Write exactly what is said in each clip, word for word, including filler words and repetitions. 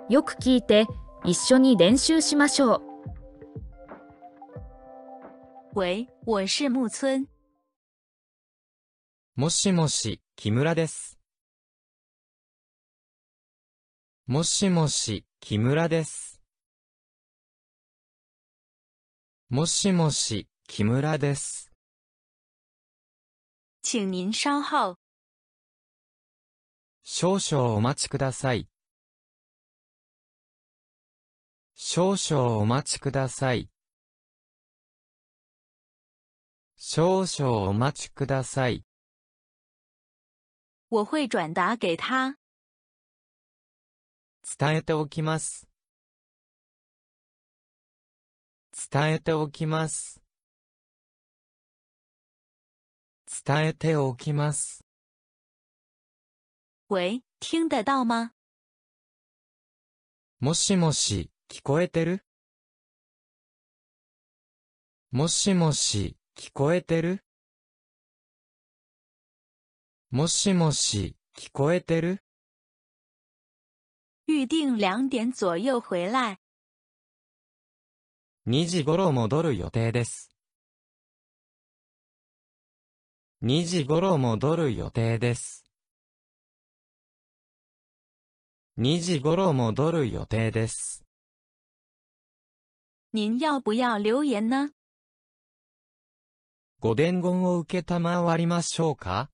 よく聞いて、一緒に練習しましょう。 喂，我是木村。 もしもし、木村です。もしもし、木村です。もしもし、木村です。 请您稍后。 少々お待ちください。少々お待ちください。少々お待ちください。 我会转达给他。 伝えておきます。伝えておきます。伝えておきます。 喂，听得到吗？ もしもし、聞こえてる？もしもし、聞こえてる？もしもし、聞こえてる？ 预定两点左右回来。 にじ頃戻る予定です。にじ頃戻る予定です。にじ頃戻る予定です。 您要不要留言呢？ ご伝言を受けたまわりましょうか？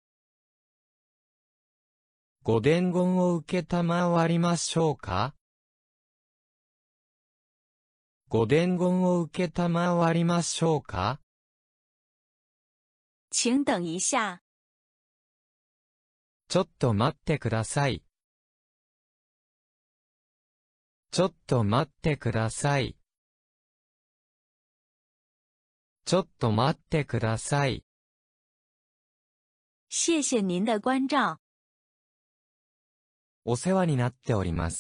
ご伝言を受けたまわりましょうか？ご伝言を受けたまわりましょうか？ 请等一下。 ちょっと待ってください。ちょっと待ってください。ちょっと待ってください。 谢谢您的关照。 お世話になっております。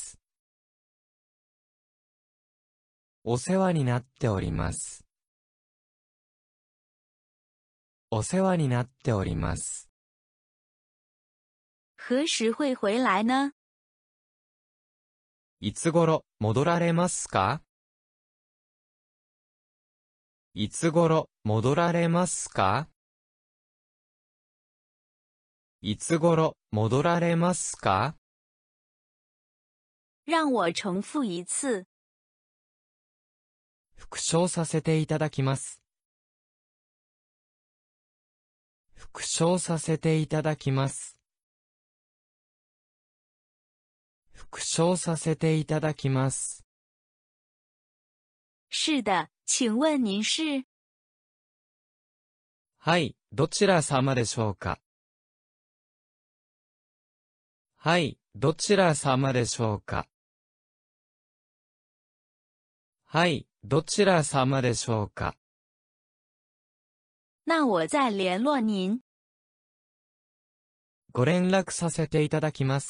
お世話になっております。お世話になっております。 何時会回来呢？ いつ頃戻られますか？いつ頃戻られますか？いつ頃戻られますか？ 让我重复一次。 復唱させていただきます。復唱させていただきます。復唱させていただきます。 是的，请问您是？ はい、どちら様でしょうか？はい、どちら様でしょうか？はい、どちら様でしょうか？ 那我再联络您。 ご連絡させていただきます。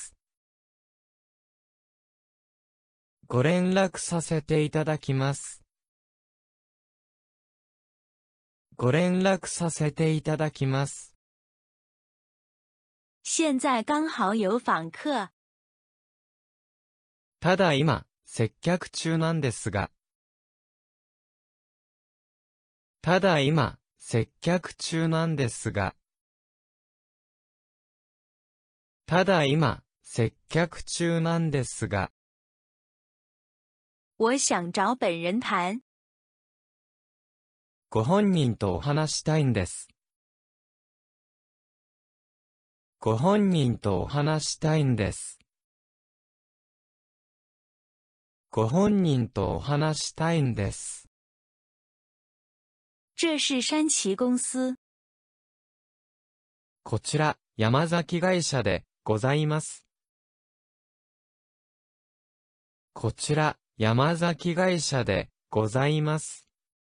ご連絡させていただきます。ご連絡させていただきます。 现在刚好有访客。 ただ今、接客中なんですが。ただ今、接客中なんですが。ただ今、接客中なんですが。 我想找本人谈。 ご本人とお話したいんです。ご本人とお話したいんです。ご本人とお話したいんです。 这是山崎公司。 こちら、山崎会社でございます。こちら、山崎会社でございます。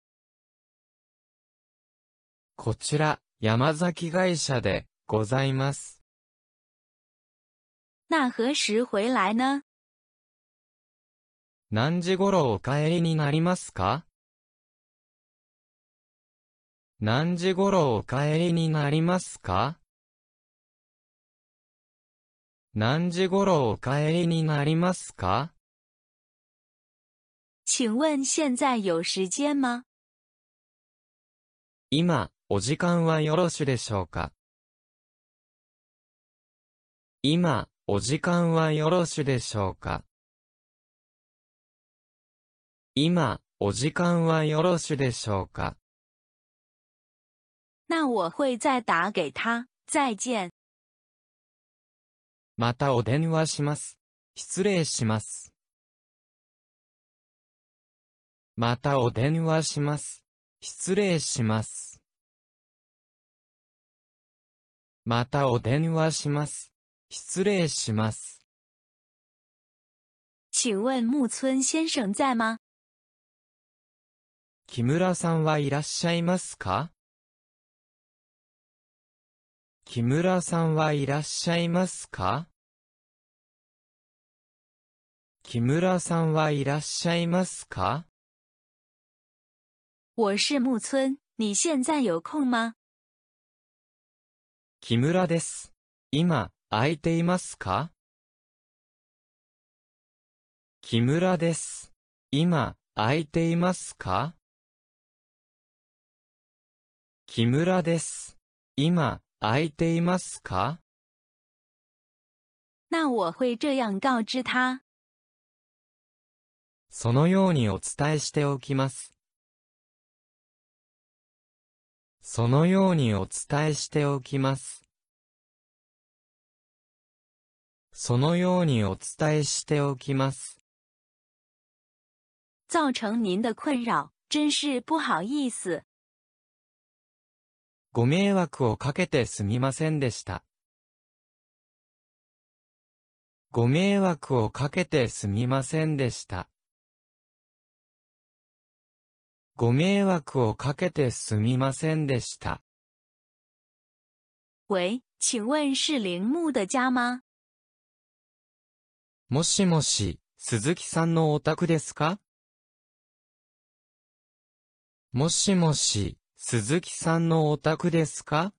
こちら、山崎会社でございます。 那何時回来呢？ 何時頃お帰りになりますか？何時頃お帰りになりますか？ 何時頃お帰りになりますか？ 请问现在有时间吗？ 今、お時間はよろしでしょうか？今、お時間はよろしでしょうか？今、お時間はよろしでしょうか？ 那我会再打给他。再见。 またお電話します。失礼します。またお電話します。失礼します。またお電話します。失礼します。 请问木村先生在吗？ 木村さんはいらっしゃいますか？木村さんはいらっしゃいますか？木村さんはいらっしゃいますか？ 我是木村，你现在有空吗？ 木村です。今、空いていますか？木村です。今、空いていますか？木村です。今、空いていますか？ 那我会这样告知他。 そのようにお伝えしておきます。そのようにお伝えしておきます。そのようにお伝えしておきます。 造成您的困扰，真是不好意思。 ご迷惑をかけてすみませんでした。ご迷惑をかけてすみませんでした。ご迷惑をかけてすみませんでした。 喂，请问是铃木的家吗？ もしもし、鈴木さんのお宅ですか？もしもし、鈴木さんのお宅ですか？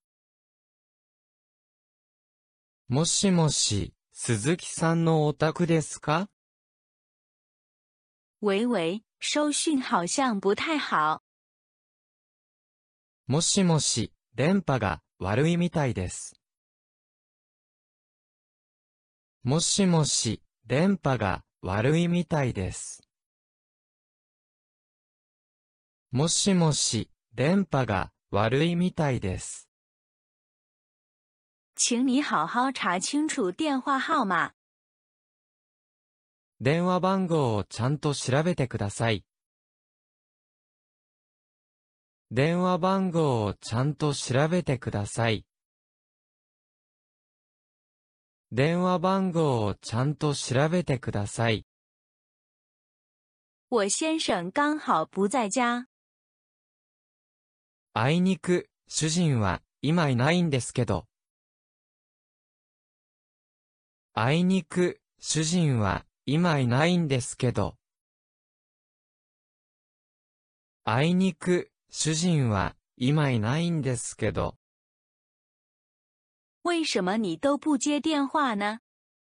もしもし、鈴木さんのお宅ですか？ 喂喂，收讯好像不太好。 もしもし、電波が悪いみたいです。もしもし、電波が悪いみたいです。もしもし、電波が悪いみたいです。 请你好好查清楚电话号码。 電話番号をちゃんと調べてください。電話番号をちゃんと調べてください。電話番号をちゃんと調べてください。 我先生刚好不在家。 あいにく、主人は今いないんですけど。あいにく、主人は今いないんですけど。あいにく、主人は今いないんですけど。 为什么你都不接电话呢？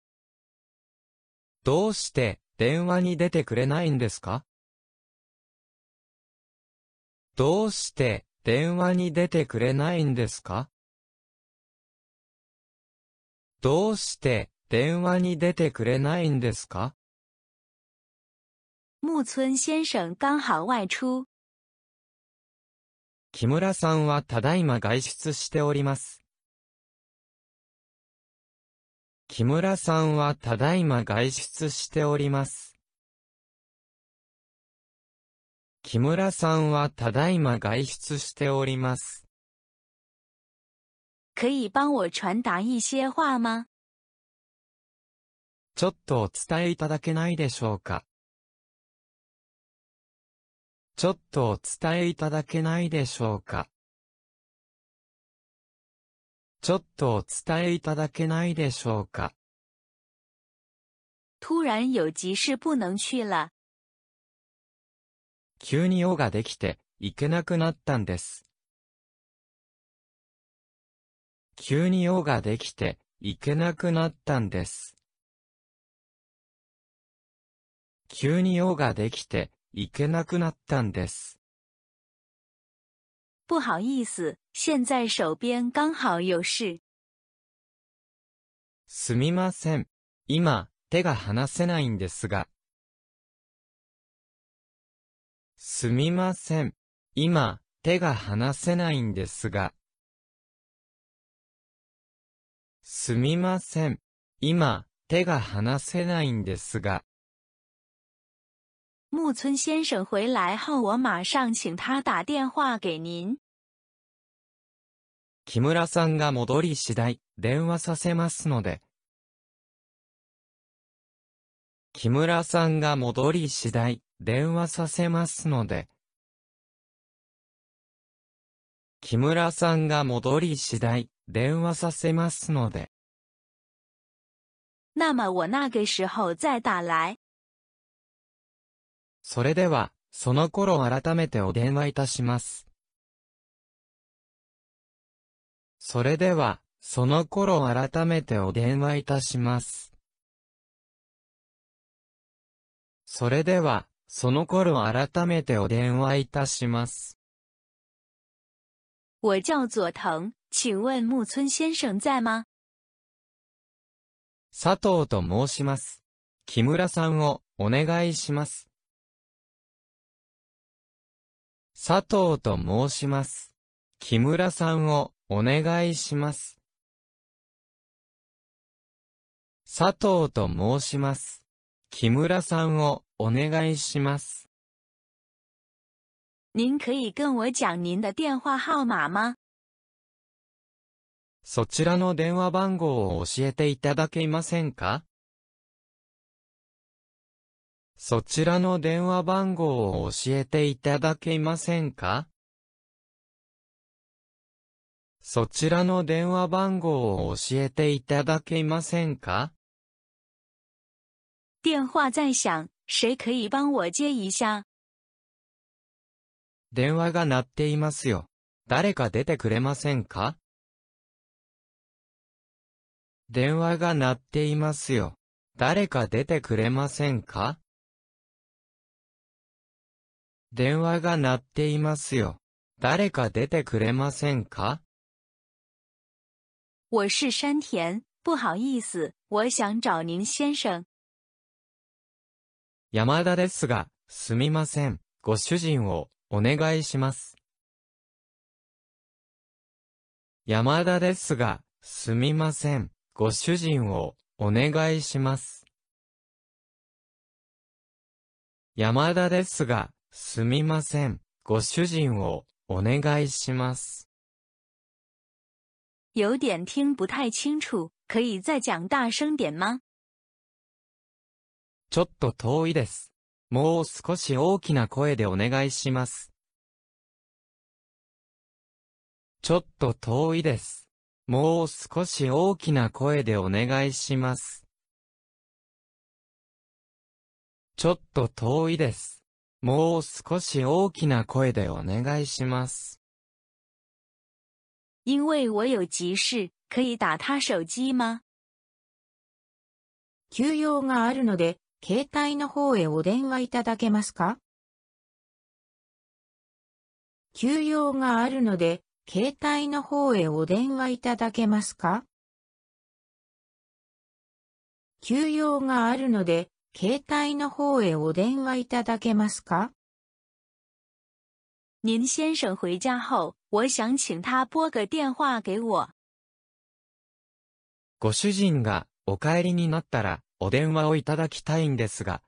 どうして電話に出てくれないんですか？どうして電話に出てくれないんですか？どうして電話に出てくれないんですか？ 木村先生刚好外出。 木村さんはただいま外出しております。木村さんはただいま外出しております。木村さんはただいま外出しております。 可以帮我传达一些话吗？ ちょっとお伝えいただけないでしょうか。ちょっとお伝えいただけないでしょうか。ちょっとお伝えいただけないでしょうか。 突然有急事不能去了。 急に用ができて、行けなくなったんです。急に用ができて、 行けなくなったんです。急に用ができて、行けなくなったんです。 不好意思，现在手边刚好有事。 すみません。今、手が離せないんですが。すみません。今、手が離せないんですが。すみません。今、手が離せないんですが。 木村先生回来后，我马上请他打电话给您。 木村さんが戻り次第、電話させますので。木村さんが戻り次第、電話させますので。木村さんが戻り次第、電話させますので。 那么我那个时候再打来。 それでは、その頃改めてお電話いたします。それでは、その頃改めてお電話いたします。それでは、その頃改めてお電話いたします。 我叫佐藤，请问木村先生在吗？ 佐藤と申します。木村さんをお願いします。佐藤と申します。木村さんをお願いします。佐藤と申します。木村さんをお願いします。 您可以跟我讲您的电话号码吗？ そちらの電話番号を教えていただけませんか？そちらの電話番号を教えていただけませんか？そちらの電話番号を教えていただけませんか？ 电话在响，谁可以帮我接一下？ 電話が鳴っていますよ。誰か出てくれませんか？電話が鳴っていますよ。誰か出てくれませんか？電話が鳴っていますよ。誰か出てくれませんか？ 我是山田，不好意思，我想找您先生。 山田ですが、すみません。ご主人をお願いします。山田ですが、すみません。ご主人をお願いします。山田ですが、すみません。ご主人をお願いします。 有点听不太清楚，可以再讲大声点吗？ ちょっと遠いです。もう少し大きな声でお願いします。ちょっと遠いです。もう少し大きな声でお願いします。ちょっと遠いです。もう少し大きな声でお願いします。 因为我有急事，可以打他手机吗？ 急用があるので、携帯の方へお電話いただけますか？急用があるので、携帯の方へお電話いただけますか？急用があるので、携帯の方へお電話いただけますか？ 您先生回家后，我想请他拨个电话给我。 ご主人がお帰りになったらお電話をいただきたいんですが。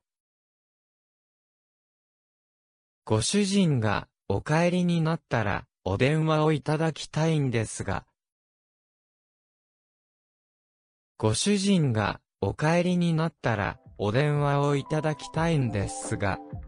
ご主人がお帰りになったらお電話をいただきたいんですが。ご主人がお帰りになったらお電話をいただきたいんですが。